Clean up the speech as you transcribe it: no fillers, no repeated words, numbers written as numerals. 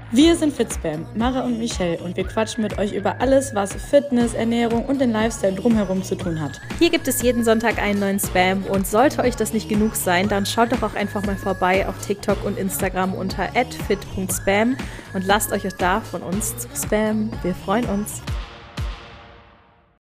Wir sind Fitspam, Mara und Michelle, und wir quatschen mit euch über alles, was Fitness, Ernährung und den Lifestyle drumherum zu tun hat. Hier gibt es jeden Sonntag einen neuen Spam und sollte euch das nicht genug sein, dann schaut doch auch einfach mal vorbei auf TikTok und Instagram unter @fit.spam und lasst euch auch da von uns zu spammen. Wir freuen uns.